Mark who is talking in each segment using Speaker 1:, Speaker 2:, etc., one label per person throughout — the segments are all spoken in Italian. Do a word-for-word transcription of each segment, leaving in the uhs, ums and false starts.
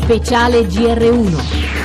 Speaker 1: Speciale G R uno.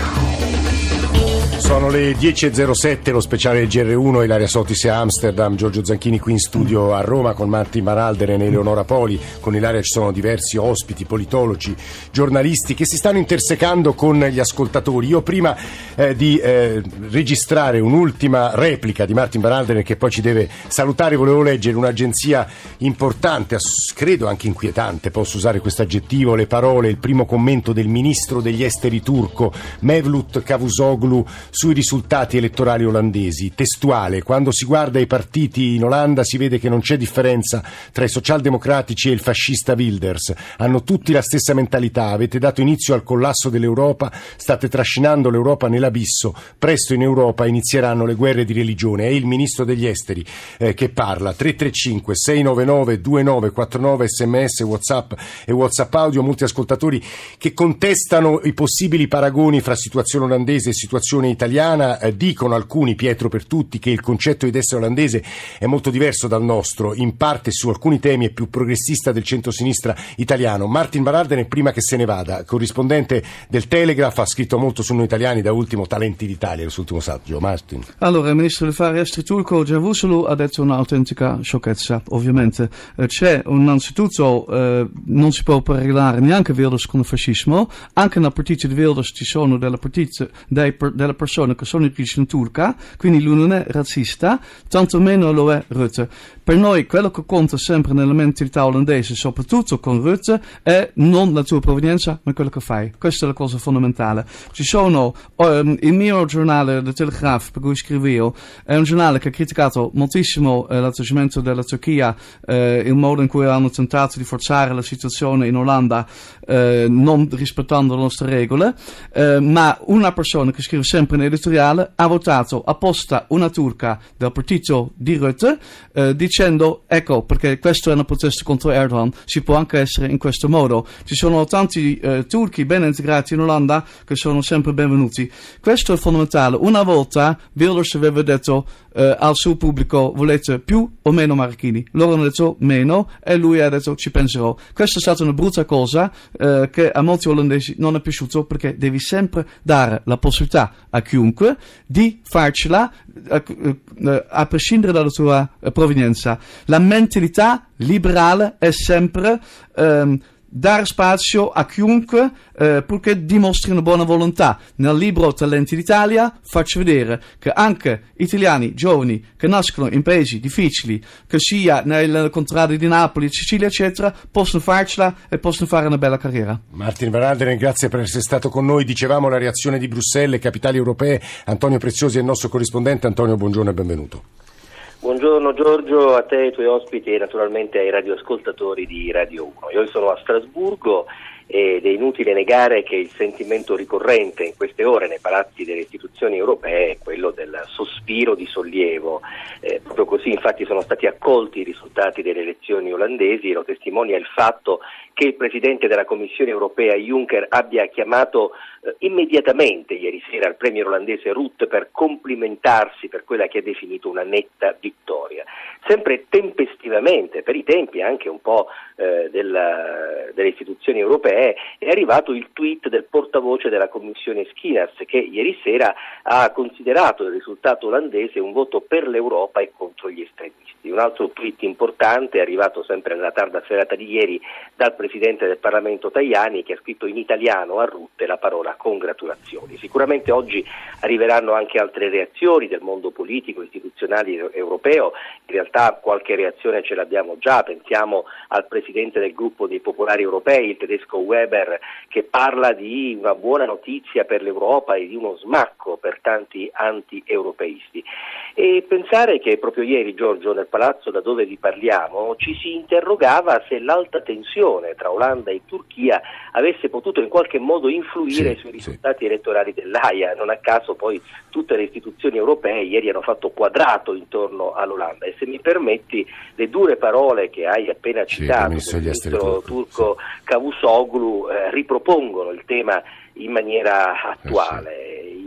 Speaker 2: Sono le dieci e zero sette, lo speciale G R uno, Ilaria Sotis a Amsterdam, Giorgio Zanchini qui in studio a Roma con Martin Van Halderen e Eleonora Poli. Con Ilaria ci sono diversi ospiti, politologi, giornalisti che si stanno intersecando con gli ascoltatori. Io prima eh, di eh, registrare un'ultima replica di Martin Van Halderen, che poi ci deve salutare, volevo leggere un'agenzia importante, credo anche inquietante, posso usare questo aggettivo, le parole, il primo commento del ministro degli esteri turco Mevlut Cavusoglu sui risultati elettorali olandesi. Testuale: quando si guarda i partiti in Olanda si vede che non c'è differenza tra i socialdemocratici e il fascista Wilders. Hanno tutti la stessa mentalità. Avete dato inizio al collasso dell'Europa, state trascinando l'Europa nell'abisso. Presto in Europa inizieranno le guerre di religione. È il ministro degli esteri eh, che parla. tre tre cinque sei nove nove due nove quattro nove, sms, whatsapp e whatsapp audio. Molti ascoltatori che contestano i possibili paragoni fra situazione olandese e situazione italiana. Eh, dicono alcuni, Pietro per tutti, che il concetto di destra olandese è molto diverso dal nostro, in parte su alcuni temi è più progressista del centrosinistra italiano. Martin Van Halderen, prima che se ne vada, corrispondente del Telegraph, ha scritto molto su noi italiani, da ultimo Talenti d'Italia, il suo ultimo saggio. Martin.
Speaker 3: Allora, il ministro degli affari esteri turco Cavusoglu ha detto un'autentica sciocchezza, ovviamente. Eh, c'è innanzitutto, eh, non si può paragonare neanche Wilders con il fascismo. Anche nel partito di Wilders ci sono delle, partite, dei, delle persone che sono di origine turca, quindi lui non è razzista, tantomeno lo è Rutte. Per noi quello che conta sempre nella mentalità olandese, soprattutto con Rutte, è non la tua provenienza, ma quello che fai. Questa è la cosa fondamentale. Ci sono, um, il mio giornale, The Telegraph, per cui scrivo, è un giornale che ha criticato moltissimo eh, l'atteggiamento della Turchia, eh, il modo in cui hanno tentato di forzare la situazione in Olanda, eh, non rispettando le nostre regole, eh, ma una persona che scrive sempre in editoriale ha votato apposta una turca del partito di Rutte, eh, dicendo ecco perché questo è una protesta contro Erdogan, si può anche essere in questo modo. Ci sono tanti eh, turchi ben integrati in Olanda che sono sempre benvenuti. Questo è fondamentale. Una volta Wilders aveva detto eh, al suo pubblico: volete più o meno marocchini? Loro hanno detto meno e lui ha detto ci penserò. Questa è stata una brutta cosa eh, che a molti olandesi non è piaciuto, perché devi sempre dare la possibilità a chiunque di farcela a, a, a prescindere dalla tua provenienza. La mentalità liberale è sempre ehm, dare spazio a chiunque eh, purché dimostri una buona volontà. Nel libro Talenti d'Italia faccio vedere che anche italiani giovani che nascono in paesi difficili, che sia nel contrario di Napoli, Sicilia eccetera, possono farcela e possono fare una bella carriera.
Speaker 2: Martin Van Halderen, grazie per essere stato con noi. Dicevamo la reazione di Bruxelles, capitali europee. Antonio Preziosi è il nostro corrispondente. Antonio, buongiorno e benvenuto.
Speaker 4: Buongiorno Giorgio, a te, ai tuoi ospiti e naturalmente ai radioascoltatori di Radio uno. Io sono a Strasburgo ed è inutile negare che il sentimento ricorrente in queste ore nei palazzi delle istituzioni europee è quello del sospiro di sollievo. Eh, proprio così infatti sono stati accolti i risultati delle elezioni olandesi, e lo testimonia il fatto che il Presidente della Commissione europea Juncker abbia chiamato eh, immediatamente ieri sera il premier olandese Rutte per complimentarsi per quella che ha definito una netta vittoria. Sempre tempestivamente, per i tempi anche un po' eh, della, delle istituzioni europee, è arrivato il tweet del portavoce della Commissione Schinas, che ieri sera ha considerato il risultato olandese un voto per l'Europa e contro gli estremisti. Un altro tweet importante è arrivato sempre nella tarda serata di ieri dal Presidente del Parlamento Tajani, che ha scritto in italiano a Rutte la parola congratulazioni. Sicuramente oggi arriveranno anche altre reazioni del mondo politico, istituzionale europeo. In realtà qualche reazione ce l'abbiamo già, pensiamo al Presidente del gruppo dei popolari europei, il tedesco Weber, che parla di una buona notizia per l'Europa e di uno smacco per tanti anti-europeisti. E pensare che proprio ieri, Giorgio, nel palazzo da dove vi parliamo, ci si interrogava se l'alta tensione tra Olanda e Turchia avesse potuto in qualche modo influire sì, sui risultati sì. elettorali dell'Aia. Non a caso poi tutte le istituzioni europee ieri hanno fatto quadrato intorno all'Olanda. E se mi permetti, le dure parole che hai appena citato sì, del ministro turco sì. Cavusoglu eh, ripropongono il tema in maniera attuale. Sì.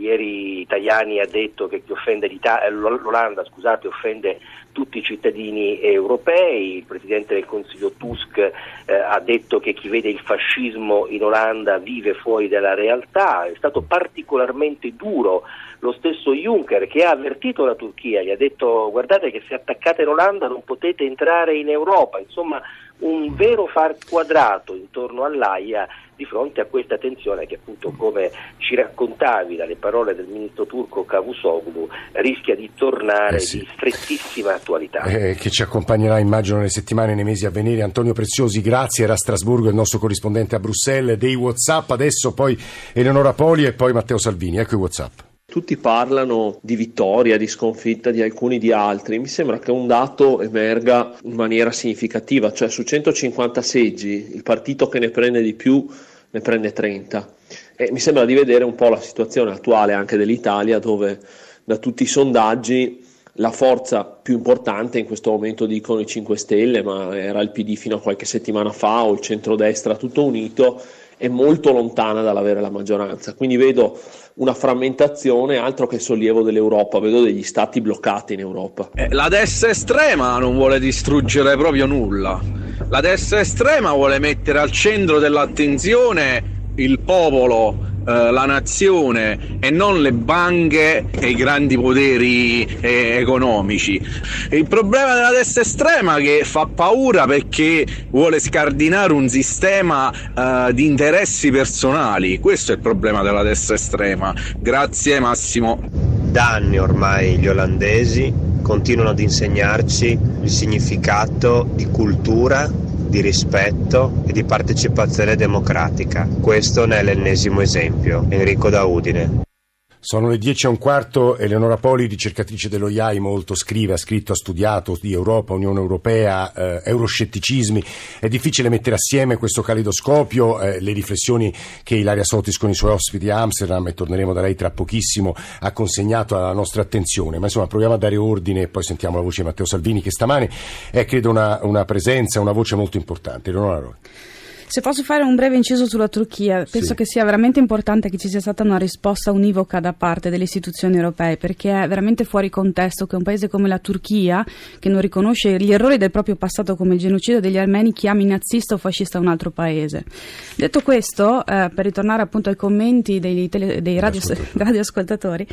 Speaker 4: ieri Tajani ha detto che chi offende l'Olanda, scusate, offende tutti i cittadini europei. Il Presidente del Consiglio Tusk eh, ha detto che chi vede il fascismo in Olanda vive fuori dalla realtà. È stato particolarmente duro lo stesso Juncker, che ha avvertito la Turchia, gli ha detto: guardate che se attaccate l'Olanda non potete entrare in Europa. Insomma, un vero far quadrato intorno all'Aia di fronte a questa tensione che, appunto, come ci raccontavi dalle parole del ministro turco Cavusoglu, rischia di tornare eh sì. di strettissima attualità.
Speaker 2: Eh, che ci accompagnerà, immagino, nelle settimane e nei mesi a venire. Antonio Preziosi, grazie. Era a Strasburgo il nostro corrispondente a Bruxelles. Dei WhatsApp adesso, poi Eleonora Poli e poi Matteo Salvini. Ecco i WhatsApp.
Speaker 1: Tutti parlano di vittoria, di sconfitta di alcuni, di altri. Mi sembra che un dato emerga in maniera significativa, cioè su centocinquanta seggi il partito che ne prende di più ne prende trenta. E mi sembra di vedere un po' la situazione attuale anche dell'Italia, dove da tutti i sondaggi la forza più importante in questo momento dicono i cinque Stelle, ma era il P D fino a qualche settimana fa, o il centrodestra tutto unito, è molto lontana dall'avere la maggioranza. Quindi vedo una frammentazione, altro che sollievo dell'Europa, vedo degli stati bloccati in Europa.
Speaker 5: Eh, la destra estrema non vuole distruggere proprio nulla. La destra estrema vuole mettere al centro dell'attenzione il popolo, eh, la nazione, e non le banche e i grandi poteri eh, economici. Il problema della destra estrema è che fa paura perché vuole scardinare un sistema eh, di interessi personali. Questo è il problema della destra estrema. Grazie Massimo.
Speaker 6: Da anni ormai gli olandesi continuano ad insegnarci il significato di cultura, di rispetto e di partecipazione democratica. Questo ne è l'ennesimo esempio. Enrico da Udine.
Speaker 2: Sono le dieci e un quarto. Eleonora Poli, ricercatrice dello I A I, molto scrive, ha scritto, ha studiato di Europa, Unione Europea, eh, euroscetticismi. È difficile mettere assieme questo caleidoscopio, eh, le riflessioni che Ilaria Sotis con i suoi ospiti a Amsterdam, e torneremo da lei tra pochissimo, ha consegnato alla nostra attenzione. Ma insomma, proviamo a dare ordine e poi sentiamo la voce di Matteo Salvini, che stamane è, credo, una, una presenza, una voce molto importante. Eleonora.
Speaker 7: Se posso fare un breve inciso sulla Turchia, penso sì. che sia veramente importante che ci sia stata una risposta univoca da parte delle istituzioni europee, perché è veramente fuori contesto che un paese come la Turchia, che non riconosce gli errori del proprio passato come il genocidio degli armeni, chiami nazista o fascista un altro paese. Detto questo, eh, per ritornare appunto ai commenti dei, tele, dei radio, radioascoltatori,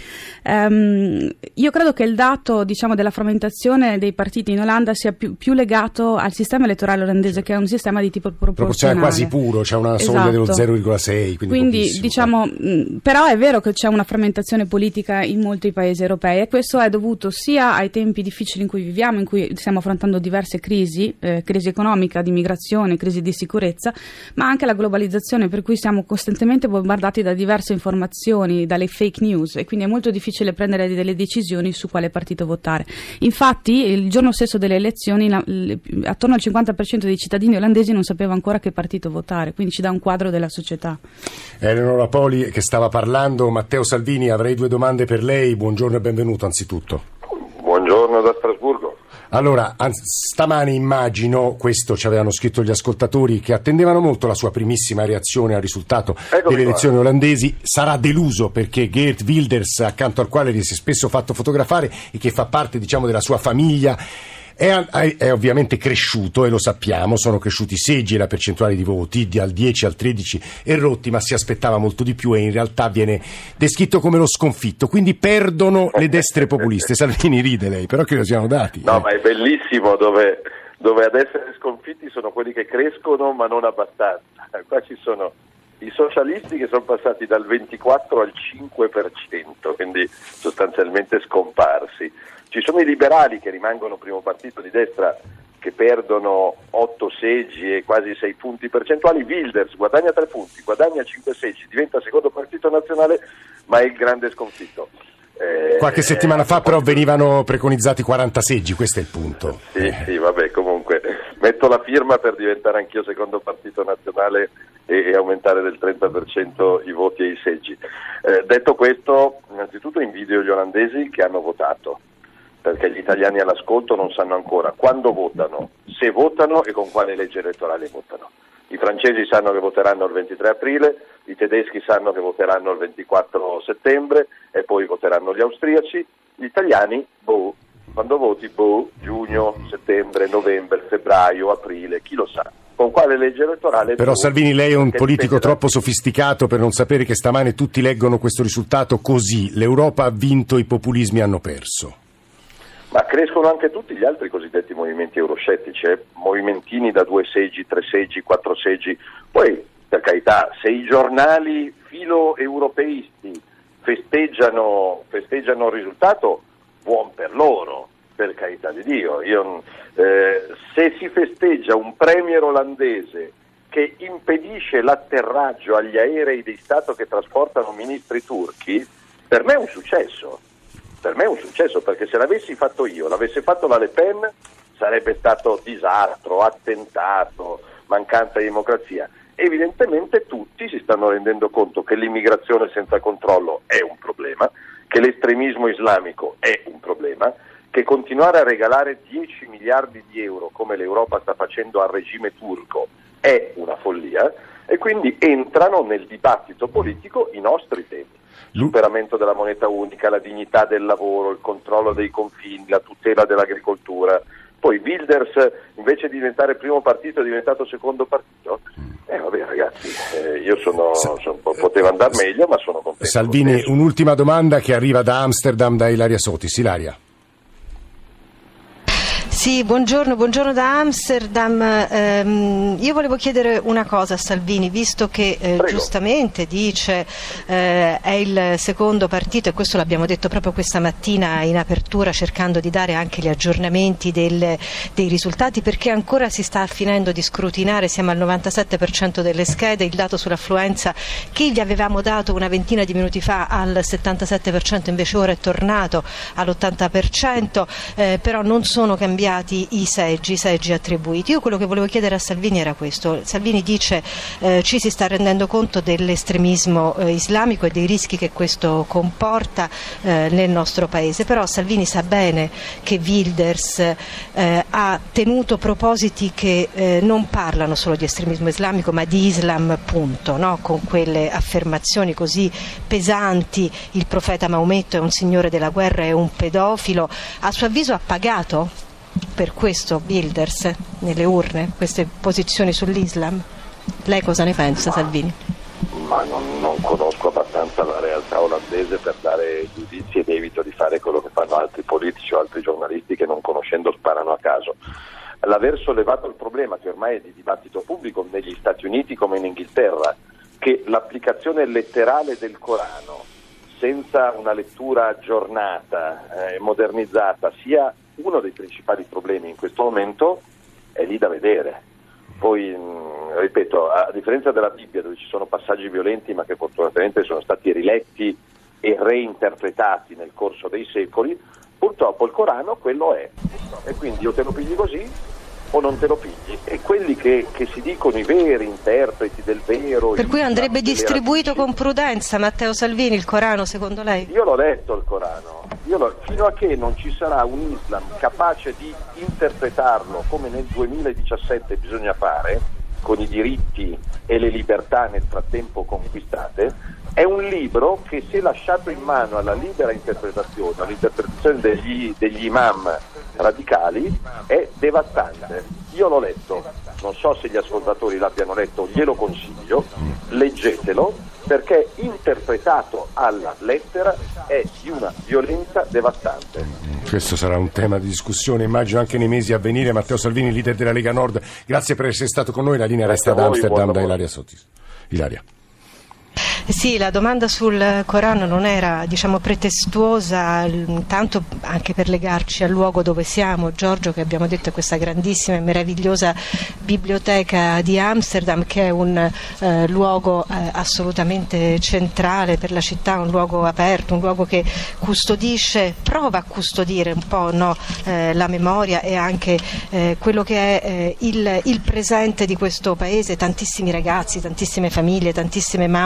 Speaker 7: ehm, io credo che il dato, diciamo, della frammentazione dei partiti in Olanda sia più, più legato al sistema elettorale olandese, che è un sistema di tipo proporzionale.
Speaker 2: Quasi puro, c'è una soglia esatto. dello zero virgola sei, quindi,
Speaker 7: quindi diciamo, mh, però è vero che c'è una frammentazione politica in molti paesi europei, e questo è dovuto sia ai tempi difficili in cui viviamo, in cui stiamo affrontando diverse crisi, eh, crisi economica, di migrazione, crisi di sicurezza, ma anche alla globalizzazione, per cui siamo costantemente bombardati da diverse informazioni, dalle fake news, e quindi è molto difficile prendere delle decisioni su quale partito votare. Infatti il giorno stesso delle elezioni la, l, attorno al cinquanta per cento dei cittadini olandesi non sapeva ancora che partito votare, quindi ci dà un quadro della società.
Speaker 2: Eleonora Poli che stava parlando. Matteo Salvini, avrei due domande per lei. Buongiorno e benvenuto anzitutto.
Speaker 8: Buongiorno da Strasburgo.
Speaker 2: Allora, stamani immagino, questo ci avevano scritto gli ascoltatori, che attendevano molto la sua primissima reazione al risultato Eccomi delle elezioni qua. olandesi. Sarà deluso perché Geert Wilders, accanto al quale si è spesso fatto fotografare e che fa parte, diciamo, della sua famiglia, È, è ovviamente cresciuto, e lo sappiamo, sono cresciuti i seggi e la percentuale di voti dal dieci al tredici e rotti, ma si aspettava molto di più, e in realtà viene descritto come lo sconfitto, quindi perdono le destre populiste. Salvini ride lei, però che lo siano dati.
Speaker 8: No,
Speaker 2: eh.
Speaker 8: ma è bellissimo dove, dove ad essere sconfitti sono quelli che crescono ma non abbastanza. Qua ci sono i socialisti che sono passati dal ventiquattro al cinque per cento, quindi sostanzialmente scomparsi. Ci sono i liberali che rimangono primo partito di destra, che perdono otto seggi e quasi sei punti percentuali. Wilders guadagna tre punti, guadagna cinque seggi, diventa secondo partito nazionale, ma è il grande sconfitto.
Speaker 2: Eh, Qualche settimana fa però venivano preconizzati quaranta seggi, questo è il punto.
Speaker 8: Sì, eh. sì, vabbè, comunque metto la firma per diventare anch'io secondo partito nazionale e, e aumentare del trenta per cento i voti e i seggi. Eh, detto questo, innanzitutto invidio gli olandesi che hanno votato, perché gli italiani all'ascolto non sanno ancora quando votano, se votano e con quale legge elettorale votano. I francesi sanno che voteranno il ventitré aprile, i tedeschi sanno che voteranno il ventiquattro settembre e poi voteranno gli austriaci, gli italiani, boh, quando voti, boh, giugno, settembre, novembre, febbraio, aprile, chi lo sa. Con quale legge elettorale?
Speaker 2: Però Salvini, lei è un politico troppo sofisticato per non sapere che stamane tutti leggono questo risultato così: l'Europa ha vinto, i populismi hanno perso.
Speaker 8: Ma crescono anche tutti gli altri cosiddetti movimenti euroscettici, eh? Movimentini da due seggi, tre seggi, quattro seggi. Poi, per carità, se i giornali filo-europeisti festeggiano, festeggiano il risultato, buon per loro, per carità di Dio. Io, eh, se si festeggia un premier olandese che impedisce l'atterraggio agli aerei di Stato che trasportano ministri turchi, per me è un successo. Per me è un successo, perché se l'avessi fatto io, l'avesse fatto la Le Pen, sarebbe stato disastro, attentato, mancanza di democrazia. Evidentemente tutti si stanno rendendo conto che l'immigrazione senza controllo è un problema, che l'estremismo islamico è un problema, che continuare a regalare dieci miliardi di euro come l'Europa sta facendo al regime turco è una follia, e quindi entrano nel dibattito politico i nostri temi. Il superamento della moneta unica, la dignità del lavoro, il controllo dei confini, la tutela dell'agricoltura. Poi Wilders, invece di diventare primo partito, è diventato secondo partito. Eh vabbè ragazzi, eh, io sono, sono poteva andare meglio, ma sono contento.
Speaker 2: Salvini, un'ultima domanda che arriva da Amsterdam, da Ilaria Sotis. Ilaria.
Speaker 9: Sì, buongiorno, buongiorno da Amsterdam. Ehm, io volevo chiedere una cosa a Salvini, visto che eh, giustamente dice eh, è il secondo partito, e questo l'abbiamo detto proprio questa mattina in apertura, cercando di dare anche gli aggiornamenti del, dei risultati, perché ancora si sta finendo di scrutinare, siamo al novantasette per cento delle schede, il dato sull'affluenza che vi avevamo dato una ventina di minuti fa al settantasette per cento invece ora è tornato all'ottanta per cento, eh, però non sono cambiati i seggi, i seggi attribuiti. Io quello che volevo chiedere a Salvini era questo. Salvini dice eh, ci si sta rendendo conto dell'estremismo eh, islamico e dei rischi che questo comporta eh, nel nostro paese, però Salvini sa bene che Wilders eh, ha tenuto propositi che eh, non parlano solo di estremismo islamico ma di Islam, punto, no? Con quelle affermazioni così pesanti: il profeta Maometto è un signore della guerra, è un pedofilo. A suo avviso ha pagato per questo Wilders nelle urne queste posizioni sull'Islam? Lei cosa ne pensa, Salvini?
Speaker 8: Ma non, non conosco abbastanza la realtà olandese per dare giudizi, ed evito di fare quello che fanno altri politici o altri giornalisti che, non conoscendo, sparano a caso. L'aver sollevato il problema, che ormai è di dibattito pubblico negli Stati Uniti come in Inghilterra, che l'applicazione letterale del Corano senza una lettura aggiornata e eh, modernizzata sia uno dei principali problemi in questo momento, è lì da vedere. Poi, mh, ripeto, a differenza della Bibbia, dove ci sono passaggi violenti ma che fortunatamente sono stati riletti e reinterpretati nel corso dei secoli, purtroppo il Corano quello è, e quindi o te lo pigli così o non te lo pigli, e quelli che, che si dicono i veri interpreti del vero,
Speaker 9: per cui andrebbe distribuito con prudenza, Matteo Salvini, il Corano, secondo lei?
Speaker 8: Io l'ho letto il Corano, io lo, fino a che non ci sarà un Islam capace di interpretarlo come nel duemiladiciassette bisogna fare, con i diritti e le libertà nel frattempo conquistate, è un libro che, se lasciato in mano alla libera interpretazione, all'interpretazione degli, degli imam radicali, è devastante. Io l'ho letto, non so se gli ascoltatori l'abbiano letto, glielo consiglio, leggetelo, perché interpretato alla lettera è di una violenza devastante.
Speaker 2: Questo sarà un tema di discussione, immagino, anche nei mesi a venire. Matteo Salvini, leader della Lega Nord, grazie per essere stato con noi. La linea resta ad Amsterdam da Ilaria Sotis. Ilaria.
Speaker 9: Sì, la domanda sul Corano non era, diciamo, pretestuosa, tanto anche per legarci al luogo dove siamo, Giorgio, che abbiamo detto è questa grandissima e meravigliosa biblioteca di Amsterdam, che è un eh, luogo eh, assolutamente centrale per la città, un luogo aperto, un luogo che custodisce, prova a custodire un po', no, eh, la memoria e anche eh, quello che è eh, il, il presente di questo paese, tantissimi ragazzi, tantissime famiglie, tantissime mamme con bambini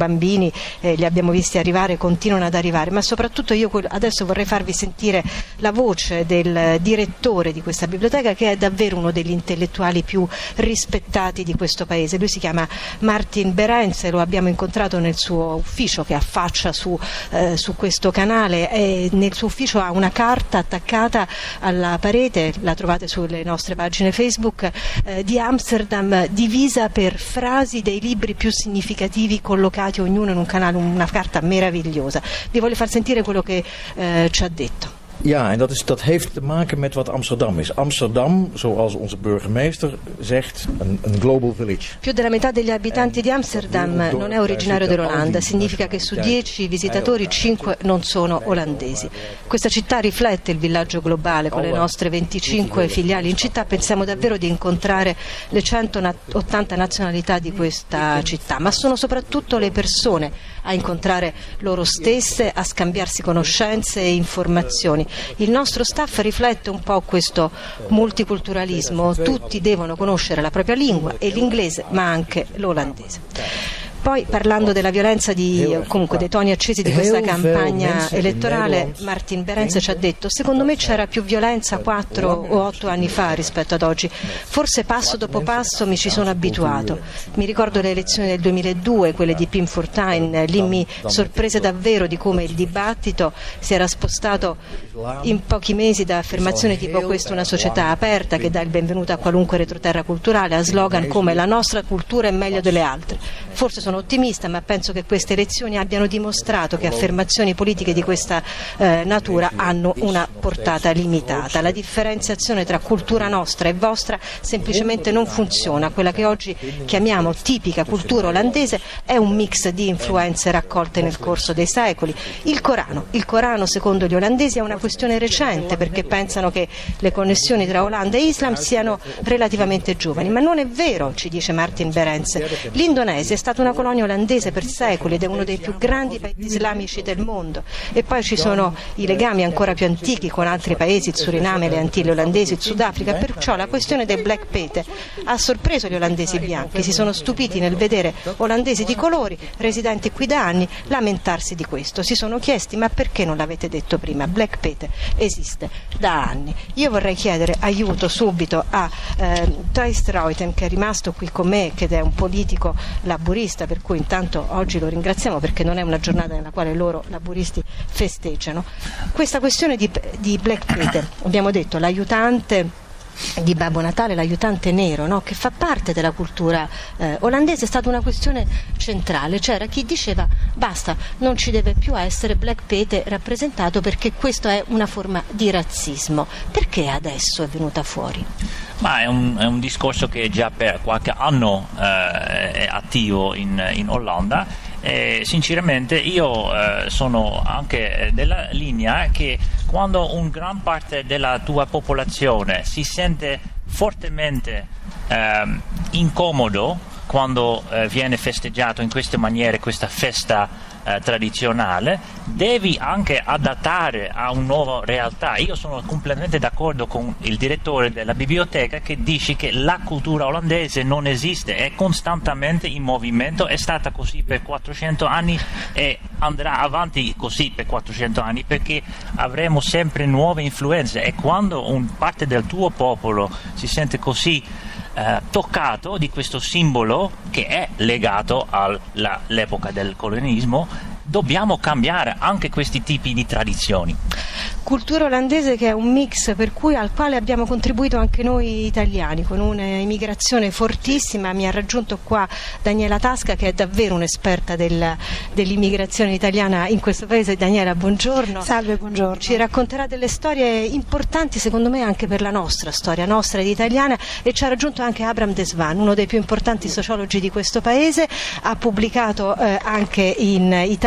Speaker 9: bambini, eh, li abbiamo visti arrivare, continuano ad arrivare, ma soprattutto io adesso vorrei farvi sentire la voce del direttore di questa biblioteca, che è davvero uno degli intellettuali più rispettati di questo paese. Lui si chiama Martin Behrens, lo abbiamo incontrato nel suo ufficio che affaccia su, eh, su questo canale, e nel suo ufficio ha una carta attaccata alla parete, la trovate sulle nostre pagine Facebook, eh, di Amsterdam, divisa per frasi dei libri più significativi, collocati ognuno in un canale, una carta meravigliosa. Vi voglio far sentire quello che eh, ci ha detto.
Speaker 10: Ja, en dat, is, dat heeft te maken met wat Amsterdam is. Amsterdam, zoals onze burgemeester zegt, een, een global village.
Speaker 9: Più della metà degli abitanti di Amsterdam non è originario dell'Olanda, significa che su dieci visitatori cinque non sono olandesi. Questa città riflette il villaggio globale, con le nostre venticinque filiali in città. Pensiamo davvero di incontrare le centottanta nazionalità di questa città, ma sono soprattutto le persone a incontrare loro stesse, a scambiarsi conoscenze e informazioni. Il nostro staff riflette un po' questo multiculturalismo, tutti devono conoscere la propria lingua e l'inglese, ma anche l'olandese. Poi, parlando della violenza, di, comunque dei toni accesi di questa campagna elettorale, Martin Behrens ci ha detto: secondo me c'era più violenza quattro o otto anni fa rispetto ad oggi, forse passo dopo passo mi ci sono abituato. Mi ricordo le elezioni del duemiladue, quelle di Pim Fortuyn, lì mi sorprese davvero di come il dibattito si era spostato in pochi mesi da affermazioni tipo "questa è una società aperta che dà il benvenuto a qualunque retroterra culturale", a slogan come "la nostra cultura è meglio delle altre". Forse sono ottimista, ma penso che queste elezioni abbiano dimostrato che affermazioni politiche di questa eh, natura hanno una portata limitata. La differenziazione tra cultura nostra e vostra semplicemente non funziona. Quella che oggi chiamiamo tipica cultura olandese è un mix di influenze raccolte nel corso dei secoli. Il Corano, il Corano secondo gli olandesi è una questione recente, perché pensano che le connessioni tra Olanda e Islam siano relativamente giovani, ma non è vero, ci dice Martin Behrens. L'Indonesia è stata una colonia olandese per secoli ed è uno dei più grandi paesi islamici del mondo, e poi ci sono i legami ancora più antichi con altri paesi, il Suriname, le Antille olandesi, il Sudafrica. Perciò la questione del Black Pete ha sorpreso gli olandesi bianchi, si sono stupiti nel vedere olandesi di colori residenti qui da anni lamentarsi di questo. Si sono chiesti: ma perché non l'avete detto prima? Black Pete esiste da anni. Io vorrei chiedere aiuto subito a eh, Thijs Ruiten, che è rimasto qui con me, che è un politico laburista, per cui intanto oggi lo ringraziamo perché non è una giornata nella quale loro laburisti festeggiano. Questa questione di, di Black Pete, abbiamo detto, l'aiutante di Babbo Natale, l'aiutante nero, no? Che fa parte della cultura eh, olandese, è stata una questione centrale. C'era chi diceva: basta, non ci deve più essere Black Pete rappresentato perché questo è una forma di razzismo. Perché adesso è venuta fuori?
Speaker 11: Ma è un, è un discorso che già per qualche anno eh, è attivo in, in Olanda. E sinceramente io eh, sono anche della linea che quando un gran parte della tua popolazione si sente fortemente eh, incomodo quando eh, viene festeggiato in queste maniere questa festa eh, tradizionale, devi anche adattare a una nuova realtà. Io sono completamente d'accordo con il direttore della biblioteca che dice che la cultura olandese non esiste, è costantemente in movimento, è stata così per quattrocento anni e andrà avanti così per quattrocento anni, perché avremo sempre nuove influenze, e quando un parte del tuo popolo si sente così Eh, toccato di questo simbolo che è legato all'epoca del colonialismo, dobbiamo cambiare anche questi tipi di tradizioni.
Speaker 9: Cultura olandese che è un mix per cui al quale abbiamo contribuito anche noi italiani, con un'immigrazione fortissima. Mi ha raggiunto qua Daniela Tasca, che è davvero un'esperta del, dell'immigrazione italiana in questo paese. Daniela, buongiorno.
Speaker 12: Salve, buongiorno.
Speaker 9: Ci racconterà delle storie importanti secondo me anche per la nostra storia, nostra ed italiana, e ci ha raggiunto anche Abram Desvan, uno dei più importanti sociologi di questo paese. Ha pubblicato eh, anche in Italia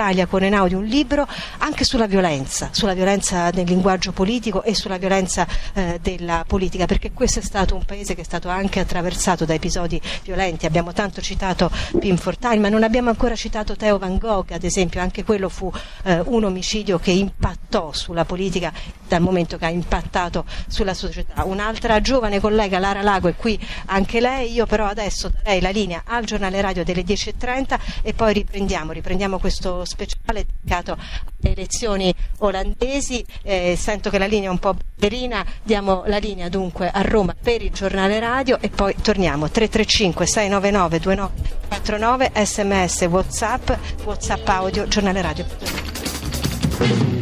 Speaker 9: Italia con Einaudi un libro anche sulla violenza, sulla violenza nel linguaggio politico e sulla violenza eh, della politica, perché questo è stato un paese che è stato anche attraversato da episodi violenti. Abbiamo tanto citato Pim Fortuyn, ma non abbiamo ancora citato Theo Van Gogh, ad esempio. Anche quello fu eh, un omicidio che impattò sulla politica dal momento che ha impattato sulla società. Un'altra giovane collega, Lara Lago, è qui anche lei. Io però adesso darei la linea al giornale radio delle dieci e trenta e poi riprendiamo, riprendiamo questo speciale dedicato alle elezioni olandesi. Eh, sento che la linea è un po' ballerina, diamo la linea dunque a Roma per il giornale radio e poi torniamo. Tre tre cinque sei nove nove due nove quattro nove, sms, whatsapp, whatsapp audio, giornale radio.